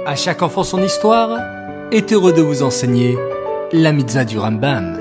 À chaque enfant son histoire est heureux de vous enseigner la mitzvah du Rambam.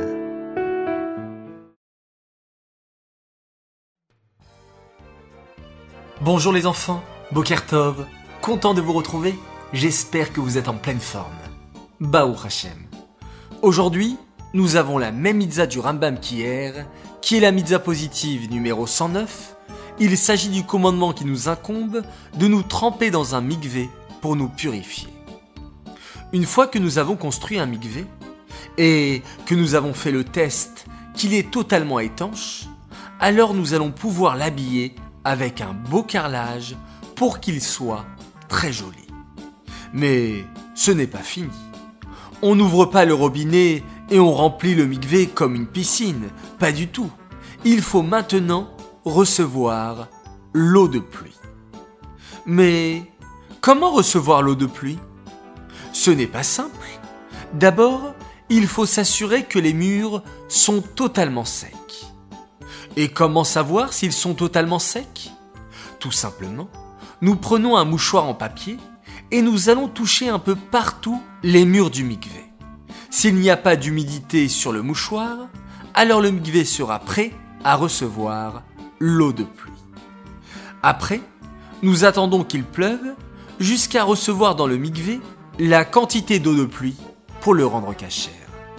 Bonjour les enfants, Boker Tov, content de vous retrouver, j'espère que vous êtes en pleine forme. Baruch Hashem. Aujourd'hui, nous avons la même mitzvah du Rambam qu'hier, qui est la mitzvah positive numéro 109. Il s'agit du commandement qui nous incombe de nous tremper dans un mikvé pour nous purifier. Une fois que nous avons construit un mikvé et que nous avons fait le test qu'il est totalement étanche, alors nous allons pouvoir l'habiller avec un beau carrelage pour qu'il soit très joli. Mais ce n'est pas fini. On n'ouvre pas le robinet et on remplit le mikvé comme une piscine, pas du tout. Il faut maintenant recevoir l'eau de pluie. Mais comment recevoir l'eau de pluie ? Ce n'est pas simple. D'abord, il faut s'assurer que les murs sont totalement secs. Et comment savoir s'ils sont totalement secs ? Tout simplement, nous prenons un mouchoir en papier et nous allons toucher un peu partout les murs du mikvé. S'il n'y a pas d'humidité sur le mouchoir, alors le mikvé sera prêt à recevoir l'eau de pluie. Après, nous attendons qu'il pleuve jusqu'à recevoir dans le mikvé la quantité d'eau de pluie pour le rendre kasher.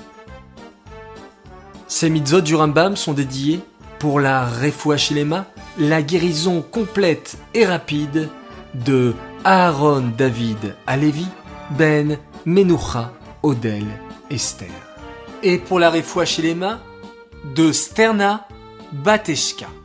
Ces mitzvot du Rambam sont dédiées pour la refoua shelema, la guérison complète et rapide de Aaron David Alevi, Ben Menucha Odel Esther. Et pour la refoua shelema de Sterna Bateshka.